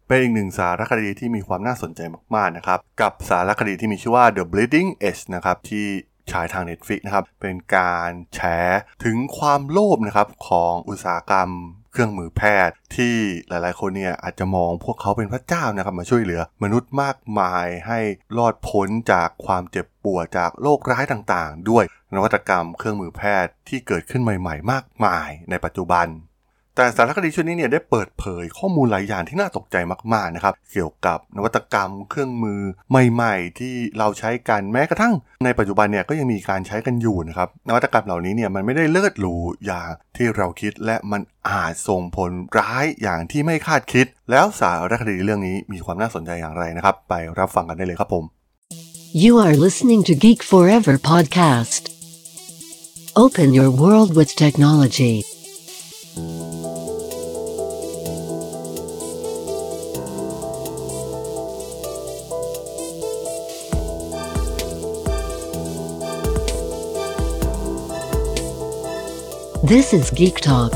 เป็นอีกหนึ่งสารคดีที่มีความน่าสนใจมากๆนะครับกับสารคดีที่มีชื่อว่า The Bleeding Edge นะครับที่ฉายทาง Netflix นะครับเป็นการแฉถึงความโลภนะครับของอุตสาหกรรมเครื่องมือแพทย์ที่หลายๆคนเนี่ยอาจจะมองพวกเขาเป็นพระเจ้านะครับมาช่วยเหลือมนุษย์มากมายให้รอดพ้นจากความเจ็บปวดจากโรคร้ายต่างๆด้วยนวัตกรรมเครื่องมือแพทย์ที่เกิดขึ้นใหม่ๆมากมายในปัจจุบันแต่สารคดีชุดนี้เนี่ยได้เปิดเผยข้อมูลหลายอย่างที่น่าตกใจมากๆนะครับเกี่ยวกับนวัตกรรมเครื่องมือใหม่ๆที่เราใช้กันแม้กระทั่งในปัจจุบันเนี่ยก็ยังมีการใช้กันอยู่นะครับนวัตกรรมเหล่านี้เนี่ยมันไม่ได้เลิศหรูอย่างที่เราคิดและมันอาจส่งผลร้ายอย่างที่ไม่คาดคิดแล้วสารคดีเรื่องนี้มีความน่าสนใจอย่างไรนะครับไปรับฟังกันได้เลยครับผม You are listening to Geek Forever podcast. Open your world with technology.This is Geek Talk.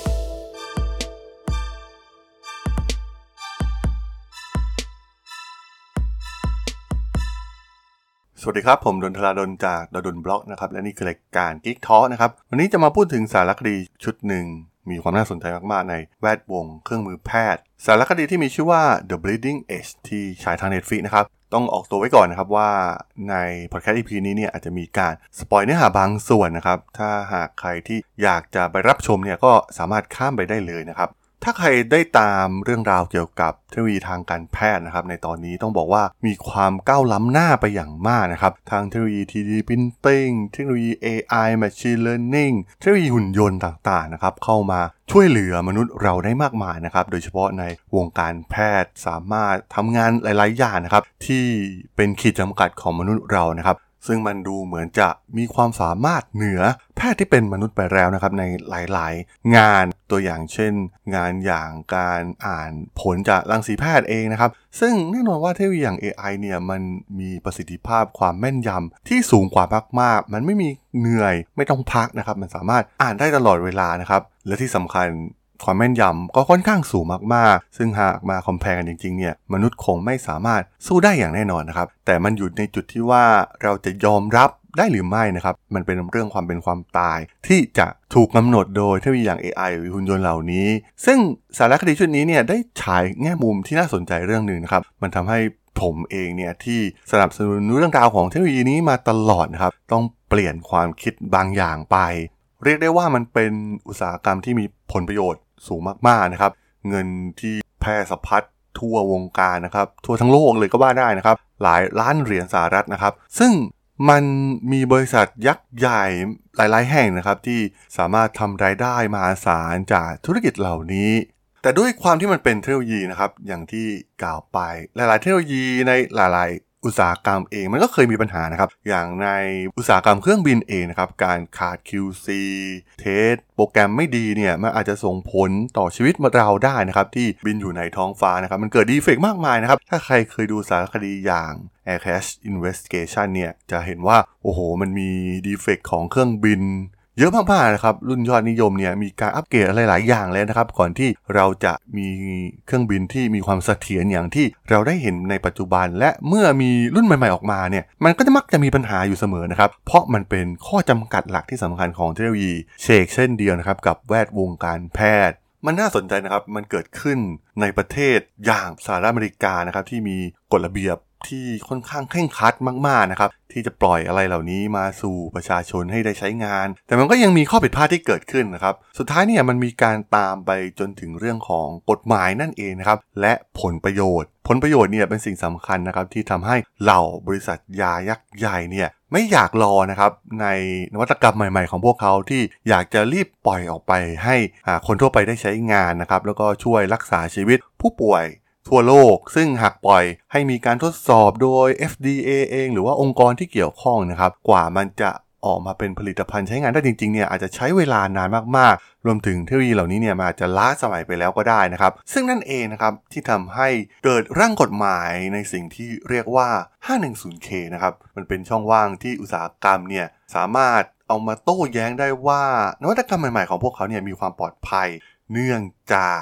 สวัสดีครับผมดนทราดลจากดนบล็อกนะครับและนี่คือรายการ Geek Talk นะครับวันนี้จะมาพูดถึงสารคดีชุดหนึ่งมีความน่าสนใจมากๆในแวดวงเครื่องมือแพทย์สารคดีที่มีชื่อว่า The Bleeding Edge ที่ฉายทาง Netflix นะครับต้องออกตัวไว้ก่อนนะครับว่าในพอดแคสต์ EP นี้เนี่ยอาจจะมีการสปอยเนื้อหาบางส่วนนะครับถ้าหากใครที่อยากจะไปรับชมเนี่ยก็สามารถข้ามไปได้เลยนะครับถ้าใครได้ตามเรื่องราวเกี่ยวกับเทคโนโลยีทางการแพทย์นะครับในตอนนี้ต้องบอกว่ามีความก้าวล้ำหน้าไปอย่างมากนะครับทางเทคโนโลยี 3D Printing เทคโนโลยี AI Machine Learning เทคโนโลยีหุ่นยนต์ต่างๆนะครับเข้ามาช่วยเหลือมนุษย์เราได้มากมายนะครับโดยเฉพาะในวงการแพทย์สามารถทำงานหลายๆอย่างนะครับที่เป็นขีดจำกัดของมนุษย์เรานะครับซึ่งมันดูเหมือนจะมีความสามารถเหนือแพทย์ที่เป็นมนุษย์ไปแล้วนะครับในหลายๆงานตัวอย่างเช่นงานอย่างการอ่านผลจากรังสีแพทย์เองนะครับซึ่งแน่นอนว่าเทคโนโลยีอย่าง AI เนี่ยมันมีประสิทธิภาพความแม่นยำที่สูงกว่ามากๆมันไม่มีเหนื่อยไม่ต้องพักนะครับมันสามารถอ่านได้ตลอดเวลานะครับและที่สำคัญความแม่นยำก็ค่อนข้างสูงมากๆซึ่งหากมาคอมแพร์กันจริงๆเนี่ยมนุษย์คงไม่สามารถสู้ได้อย่างแน่นอนนะครับแต่มันอยู่ในจุดที่ว่าเราจะยอมรับได้หรือไม่นะครับมันเป็นเรื่องความเป็นความตายที่จะถูกกำหนดโดยเทคโนโลยีอย่าง AI หรือหุ่นยนต์เหล่านี้ซึ่งสารคดีชุดนี้เนี่ยได้ฉายแง่มุมที่น่าสนใจเรื่องนึงนะครับมันทำให้ผมเองเนี่ยที่สนับสนุนเรื่องราวของเทคโนโลยีนี้มาตลอดนะครับต้องเปลี่ยนความคิดบางอย่างไปเรียกได้ว่ามันเป็นอุตสาหกรรมที่มีผลประโยชน์สูงมากๆนะครับเงินที่แพร่สะพัดทั่ววงการนะครับทั่วทั้งโลกเลยก็ว่าได้นะครับหลายล้านเหรียญสหรัฐนะครับซึ่งมันมีบริษัทยักษ์ใหญ่หลายๆแห่งนะครับที่สามารถทำรายได้มหาศาลจากธุรกิจเหล่านี้แต่ด้วยความที่มันเป็นเทคโนโลยีนะครับอย่างที่กล่าวไปหลายๆเทคโนโลยีในหลายๆอุตสาหกรรมเองมันก็เคยมีปัญหานะครับอย่างในอุตสาหกรรมเครื่องบินเองนะครับการขาด QC เทสโปรแกรมไม่ดีเนี่ยมันอาจจะส่งผลต่อชีวิตเราได้นะครับที่บินอยู่ในท้องฟ้านะครับมันเกิดดีเฟกต์มากมายนะครับถ้าใครเคยดูสารคดีอย่าง Air Crash Investigation เนี่ยจะเห็นว่าโอ้โหมันมีดีเฟกต์ของเครื่องบินเยอะมากๆนะครับรุ่นยอดนิยมเนี่ยมีการอัปเกรดอะไรหลายอย่างเลยนะครับก่อนที่เราจะมีเครื่องบินที่มีความเสถียรอย่างที่เราได้เห็นในปัจจุบันและเมื่อมีรุ่นใหม่ๆออกมาเนี่ยมันก็จะมักจะมีปัญหาอยู่เสมอนะครับเพราะมันเป็นข้อจำกัดหลักที่สำคัญของเทคโนโลยีเชกเช่นเดียวนะครับกับแวดวงการแพทย์มันน่าสนใจนะครับมันเกิดขึ้นในประเทศอย่างสหรัฐอเมริกานะครับที่มีกฎระเบียบที่ค่อนข้างเคร่งครัดมากๆนะครับที่จะปล่อยอะไรเหล่านี้มาสู่ประชาชนให้ได้ใช้งานแต่มันก็ยังมีข้อผิดพลาดที่เกิดขึ้นนะครับสุดท้ายเนี่ยมันมีการตามไปจนถึงเรื่องของกฎหมายนั่นเองนะครับและผลประโยชน์เนี่ยเป็นสิ่งสำคัญนะครับที่ทำให้เหล่าบริษัทยายักษ์ใหญ่เนี่ยไม่อยากรอนะครับในนวัตกรรมใหม่ๆของพวกเขาที่อยากจะรีบปล่อยออกไปให้คนทั่วไปได้ใช้งานนะครับแล้วก็ช่วยรักษาชีวิตผู้ป่วยทั่วโลกซึ่งหากปล่อยให้มีการทดสอบโดย FDA เองหรือว่าองค์กรที่เกี่ยวข้องนะครับกว่ามันจะออกมาเป็นผลิตภัณฑ์ใช้งานได้จริงๆเนี่ยอาจจะใช้เวลานานมากๆรวมถึงเทคโนโลยีเหล่านี้เนี่ยมันอาจจะล้าสมัยไปแล้วก็ได้นะครับซึ่งนั่นเองนะครับที่ทำให้เกิดร่างกฎหมายในสิ่งที่เรียกว่า 510K นะครับมันเป็นช่องว่างที่อุตสาหกรรมเนี่ยสามารถเอามาโต้แย้งได้ว่านวัตกรรมใหม่ๆของพวกเขาเนี่ยมีความปลอดภัยเนื่องจาก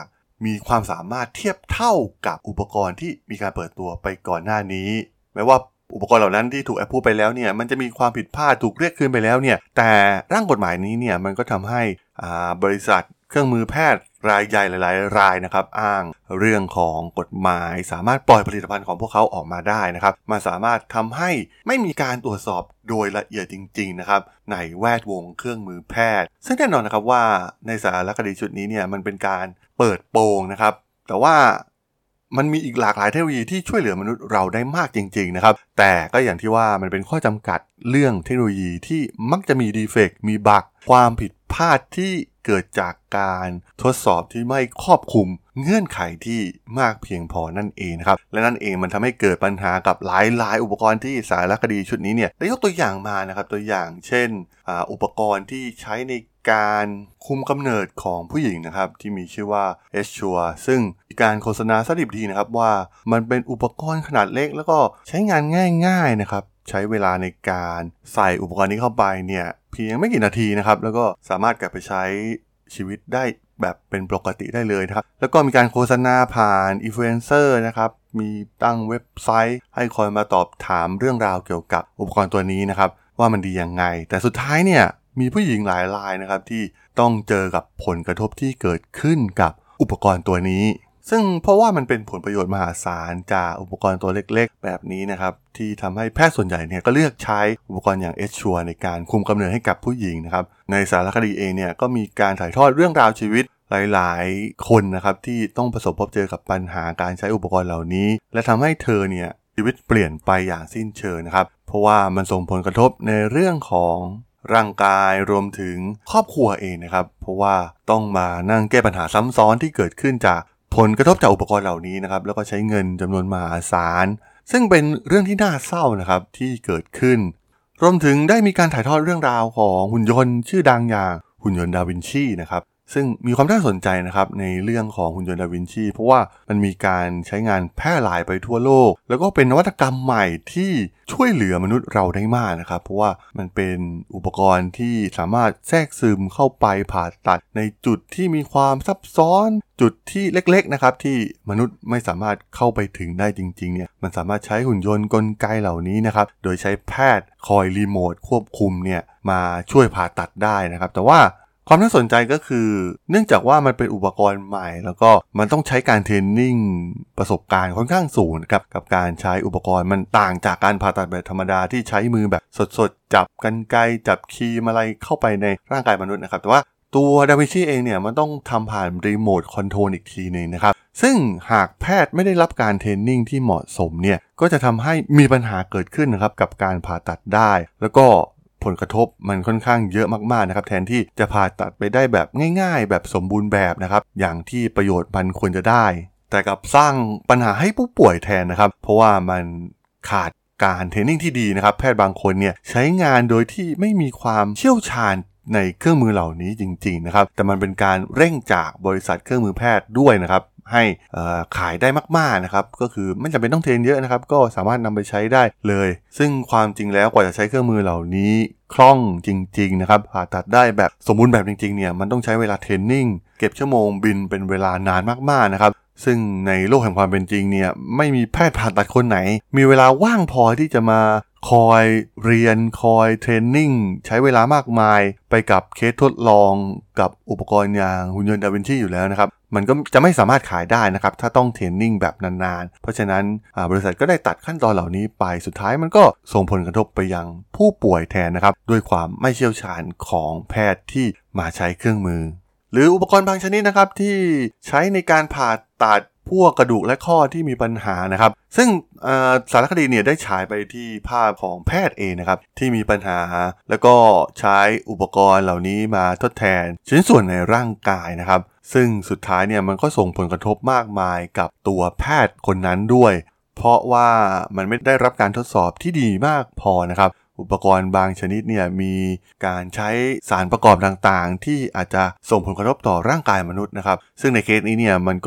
มีความสามารถเทียบเท่ากับอุปกรณ์ที่มีการเปิดตัวไปก่อนหน้านี้แม้ว่าอุปกรณ์เหล่านั้นที่ถูกแอปพูดไปแล้วเนี่ยมันจะมีความผิดพลาดถูกเรียกคืนไปแล้วเนี่ยแต่ร่างกฎหมายนี้เนี่ยมันก็ทำให้บริษัทเครื่องมือแพทย์รายใหญ่หลายๆรายนะครับอ้างเรื่องของกฎหมายสามารถปล่อยผลิตภัณฑ์ของพวกเขาออกมาได้นะครับมันสามารถทำให้ไม่มีการตรวจสอบโดยละเอียดจริงๆนะครับในแวดวงเครื่องมือแพทย์ซึ่งแน่นอนนะครับว่าในสารคดีชุดนี้เนี่ยมันเป็นการเปิดโปงนะครับแต่ว่ามันมีอีกหลากหลายเทคโนโลยีที่ช่วยเหลือมนุษย์เราได้มากจริงๆนะครับแต่ก็อย่างที่ว่ามันเป็นข้อจำกัดเรื่องเทคโนโลยีที่มักจะมีดีเฟกต์มีบั๊กความผิดพลาดที่เกิดจากการทดสอบที่ไม่ครอบคลุมเงื่อนไขที่มากเพียงพอนั่นเองนะครับและนั่นเองมันทำให้เกิดปัญหากับหลายอุปกรณ์ที่สารคดีชุดนี้เนี่ยได้ยกตัวอย่างมานะครับตัวอย่างเช่นอุปกรณ์ที่ใช้ในการคุมกำเนิดของผู้หญิงนะครับที่มีชื่อว่า Essure ซึ่งมีการโฆษณาสดิบดีนะครับว่ามันเป็นอุปกรณ์ขนาดเล็กแล้วก็ใช้งานง่ายๆนะครับใช้เวลาในการใส่อุปกรณ์นี้เข้าไปเนี่ยเพียงไม่กี่นาทีนะครับแล้วก็สามารถกลับไปใช้ชีวิตได้แบบเป็นปกติได้เลยนะครับแล้วก็มีการโฆษณาผ่านอินฟลูเอนเซอร์นะครับมีตั้งเว็บไซต์ให้คอยมาตอบถามเรื่องราวเกี่ยวกับอุปกรณ์ตัวนี้นะครับว่ามันดียังไงแต่สุดท้ายเนี่ยมีผู้หญิงหลายรายนะครับที่ต้องเจอกับผลกระทบที่เกิดขึ้นกับอุปกรณ์ตัวนี้ซึ่งเพราะว่ามันเป็นผลประโยชน์มหาศาลจากอุปกรณ์ตัวเล็กๆแบบนี้นะครับที่ทำให้แพทย์ส่วนใหญ่เนี่ยก็เลือกใช้อุปกรณ์อย่าง Essure ในการคุมกำเนิดให้กับผู้หญิงนะครับในสารคดีเองเนี่ยก็มีการถ่ายทอดเรื่องราวชีวิตหลายๆคนนะครับที่ต้องประสบพบเจอกับปัญหาการใช้อุปกรณ์เหล่านี้และทำให้เธอเนี่ยชีวิตเปลี่ยนไปอย่างสิ้นเชิงนะครับเพราะว่ามันส่งผลกระทบในเรื่องของร่างกายรวมถึงครอบครัวเองนะครับเพราะว่าต้องมานั่งแก้ปัญหาซ้ำซ้อนที่เกิดขึ้นจากผลกระทบจากอุปกรณ์เหล่านี้นะครับแล้วก็ใช้เงินจำนวนมหาศาลซึ่งเป็นเรื่องที่น่าเศร้านะครับที่เกิดขึ้นรวมถึงได้มีการถ่ายทอดเรื่องราวของหุ่นยนต์ชื่อดังอย่างหุ่นยนต์ดาวินชีนะครับซึ่งมีความน่าสนใจนะครับในเรื่องของหุ่นยนต์ดาวินชีเพราะว่ามันมีการใช้งานแพร่หลายไปทั่วโลกแล้วก็เป็นนวัตกรรมใหม่ที่ช่วยเหลือมนุษย์เราได้มากนะครับเพราะว่ามันเป็นอุปกรณ์ที่สามารถแทรกซึมเข้าไปผ่าตัดในจุดที่มีความซับซ้อนจุดที่เล็กๆนะครับที่มนุษย์ไม่สามารถเข้าไปถึงได้จริงๆเนี่ยมันสามารถใช้หุ่นยนต์กลไกเหล่านี้นะครับโดยใช้แพทย์คอยรีโมทควบคุมเนี่ยมาช่วยผ่าตัดได้นะครับแต่ว่าความน่าสนใจก็คือเนื่องจากว่ามันเป็นอุปกรณ์ใหม่แล้วก็มันต้องใช้การเทรนนิ่งประสบการณ์ค่อนข้างสูงนะครับกับการใช้อุปกรณ์มันต่างจากการผ่าตัดแบบธรรมดาที่ใช้มือแบบสดๆจับกรรไกรจับครีมอะไรเข้าไปในร่างกายมนุษย์นะครับแต่ว่าตัวดาวินชีเองเนี่ยมันต้องทำผ่านรีโมทคอนโทรลอีกทีนึงนะครับซึ่งหากแพทย์ไม่ได้รับการเทรนนิ่งที่เหมาะสมเนี่ยก็จะทำให้มีปัญหาเกิดขึ้นนะครับกับการผ่าตัดได้แล้วก็ผลกระทบมันค่อนข้างเยอะมากๆนะครับแทนที่จะผ่าตัดไปได้แบบง่ายๆแบบสมบูรณ์แบบนะครับอย่างที่ประโยชน์มันควรจะได้แต่กลับสร้างปัญหาให้ผู้ป่วยแทนนะครับเพราะว่ามันขาดการเทรนนิ่งที่ดีนะครับแพทย์บางคนเนี่ยใช้งานโดยที่ไม่มีความเชี่ยวชาญในเครื่องมือเหล่านี้จริงๆนะครับแต่มันเป็นการเร่งจากบริษัทเครื่องมือแพทย์ด้วยนะครับให้ขายได้มากๆนะครับก็คือไม่จำเป็นต้องเทรนเยอะนะครับก็สามารถนำไปใช้ได้เลยซึ่งความจริงแล้วกว่าจะใช้เครื่องมือเหล่านี้คล่องจริงๆนะครับผ่าตัดได้แบบสมบูรณ์แบบจริงๆเนี่ยมันต้องใช้เวลาเทรนนิ่งเก็บชั่วโมงบินเป็นเวลานานมากๆนะครับซึ่งในโลกแห่งความเป็นจริงเนี่ยไม่มีแพทย์ผ่าตัดคนไหนมีเวลาว่างพอที่จะมาคอยเรียนคอยเทรนนิ่งใช้เวลามากมายไปกับเคสทดลองกับอุปกรณ์อย่างหุ่นยนต์ดาวินชีอยู่แล้วนะครับมันก็จะไม่สามารถขายได้นะครับถ้าต้องเทรนนิ่งแบบนานๆเพราะฉะนั้นบริษัทก็ได้ตัดขั้นตอนเหล่านี้ไปสุดท้ายมันก็ส่งผลกระทบไปยังผู้ป่วยแทนนะครับด้วยความไม่เชี่ยวชาญของแพทย์ที่มาใช้เครื่องมือหรืออุปกรณ์บางชนิดนะครับที่ใช้ในการผ่าตัดพวกกระดูกและข้อที่มีปัญหานะครับซึ่งสารคดีเนี่ยได้ฉายไปที่ภาพของแพทย์เองนะครับที่มีปัญหาแล้วก็ใช้อุปกรณ์เหล่านี้มาทดแทนชิ้นส่วนในร่างกายนะครับซึ่งสุดท้ายเนี่ยมันก็ส่งผลกระทบมากมายกับตัวแพทย์คนนั้นด้วยเพราะว่ามันไม่ได้รับการทดสอบที่ดีมากพอนะครับอุปกรณ์บางชนิดเนี่ยมีการใช้สารประกอบต่างๆที่อาจจะส่งผลกระทบต่อร่างกายมนุษย์นะครับซึ่งในเคสนี้เนี่ยมันก็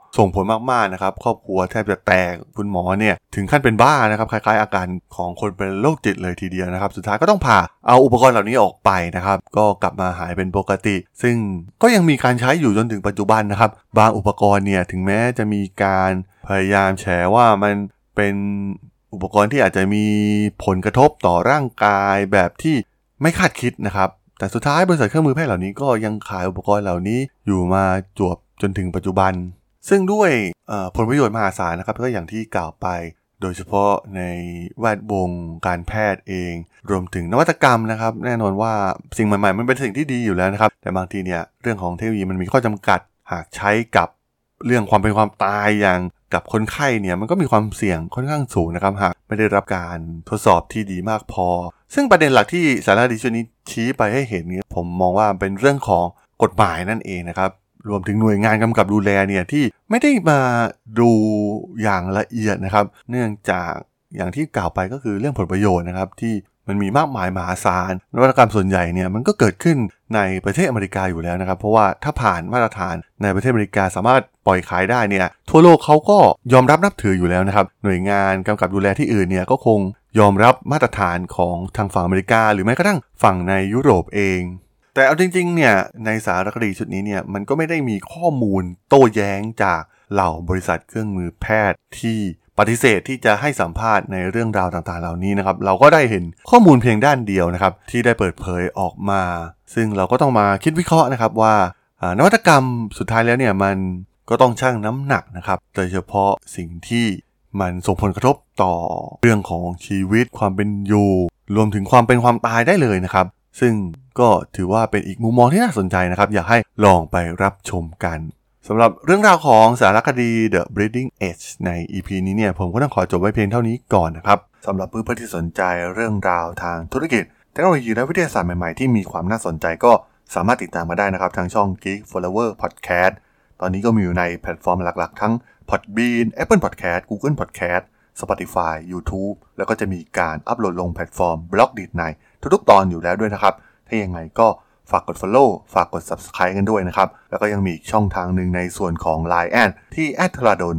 ส่งผลมากๆนะครับครอบครัวแทบจะแตกคุณหมอเนี่ยถึงขั้นเป็นบ้านะครับคล้ายๆอาการของคนเป็นโรคจิตเลยทีเดียวนะครับสุดท้ายก็ต้องผ่าเอาอุปกรณ์เหล่านี้ออกไปนะครับก็กลับมาหายเป็นปกติซึ่งก็ยังมีการใช้อยู่จนถึงปัจจุบันนะครับบางอุปกรณ์เนี่ยถึงแม้จะมีการพยายามแฉว่ามันเป็นอุปกรณ์ที่อาจจะมีผลกระทบต่อร่างกายแบบที่ไม่คาดคิดนะครับแต่สุดท้ายบริษัทเครื่องมือแพทย์เหล่านี้ก็ยังขายอุปกรณ์เหล่านี้อยู่มาจวบจนถึงปัจจุบันซึ่งด้วยผลประโยชน์มหาศาลนะครับก็อย่างที่กล่าวไปโดยเฉพาะในแวดวงการแพทย์เองรวมถึงนวัตกรรมนะครับแน่นอนว่าสิ่งใหม่ๆมันเป็นสิ่งที่ดีอยู่แล้วนะครับแต่บางทีเนี่ยเรื่องของเทคโนโลยีมันมีข้อจำกัดหากใช้กับเรื่องความเป็นความตายอย่างกับคนไข้เนี่ยมันก็มีความเสี่ยงค่อนข้างสูงนะครับหากไม่ได้รับการทดสอบที่ดีมากพอซึ่งประเด็นหลักที่สารคดีชุดนี้ชี้ไปให้เห็นเนี่ยผมมองว่าเป็นเรื่องของกฎหมายนั่นเองนะครับรวมถึงหน่วยงานกำกับดูแลเนี่ยที่ไม่ได้มาดูอย่างละเอียดนะครับเนื่องจากอย่างที่กล่าวไปก็คือเรื่องผลประโยชน์นะครับที่มันมีมากมายมหาศาลนวัตกรรมส่วนใหญ่เนี่ยมันก็เกิดขึ้นในประเทศอเมริกาอยู่แล้วนะครับเพราะว่าถ้าผ่านมาตรฐานในประเทศอเมริกาสามารถปล่อยขายได้เนี่ยทั่วโลกเขาก็ยอมรับนับถืออยู่แล้วนะครับหน่วยงานกำกับดูแลที่อื่นเนี่ยก็คงยอมรับมาตรฐานของทางฝั่งอเมริกาหรือแม้กระทั่งฝั่งในยุโรปเองแต่เอาจริงๆเนี่ยในสารคดีชุดนี้เนี่ยมันก็ไม่ได้มีข้อมูลโต้แย้งจากเหล่าบริษัทเครื่องมือแพทย์ที่ปฏิเสธที่จะให้สัมภาษณ์ในเรื่องราวต่างๆเหล่านี้นะครับเราก็ได้เห็นข้อมูลเพียงด้านเดียวนะครับที่ได้เปิดเผยออกมาซึ่งเราก็ต้องมาคิดวิเคราะห์นะครับว่านวัตกรรมสุดท้ายแล้วเนี่ยมันก็ต้องชั่งน้ำหนักนะครับโดยเฉพาะสิ่งที่มันส่งผลกระทบต่อเรื่องของชีวิตความเป็นอยู่รวมถึงความเป็นความตายได้เลยนะครับซึ่งก็ถือว่าเป็นอีกมุมมองที่น่าสนใจนะครับอยากให้ลองไปรับชมกันสำหรับเรื่องราวของสารคดี The Bleeding Edge ใน EP นี้เนี่ยผมก็ต้องขอจบไว้เพียงเท่านี้ก่อนนะครับสำหรับเพื่อนๆที่สนใจเรื่องราวทางธุรกิจเทคโนโลยีและวิทยาศาสตร์ใหม่ๆที่มีความน่าสนใจก็สามารถติดตามมาได้นะครับทางช่อง Geek Flower Podcast ตอนนี้ก็มีอยู่ในแพลตฟอร์มหลักๆทั้ง Podbean Apple Podcast Google Podcast Spotify YouTube แล้วก็จะมีการอัปโหลดลงแพลตฟอร์ม Blogdit ในทุกๆตอนอยู่แล้วด้วยนะครับถ้ายังไงก็ฝากกด follow ฝากกด subscribe กันด้วยนะครับแล้วก็ยังมีอีกช่องทางหนึ่งในส่วนของ Line แอดที่ @thradol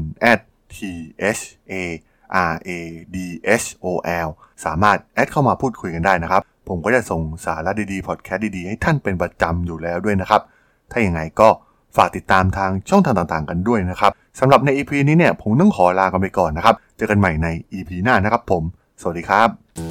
@thradol สามารถแอดเข้ามาพูดคุยกันได้นะครับผมก็จะส่งสาระดีๆพอดแคสต์ดีๆให้ท่านเป็นประจำอยู่แล้วด้วยนะครับถ้าอย่างไรก็ฝากติดตามทางช่องทางต่างๆกันด้วยนะครับสำหรับใน EP นี้เนี่ยผมต้องขอลากันไปก่อนนะครับเจอกันใหม่ใน EP หน้านะครับผมสวัสดีครับ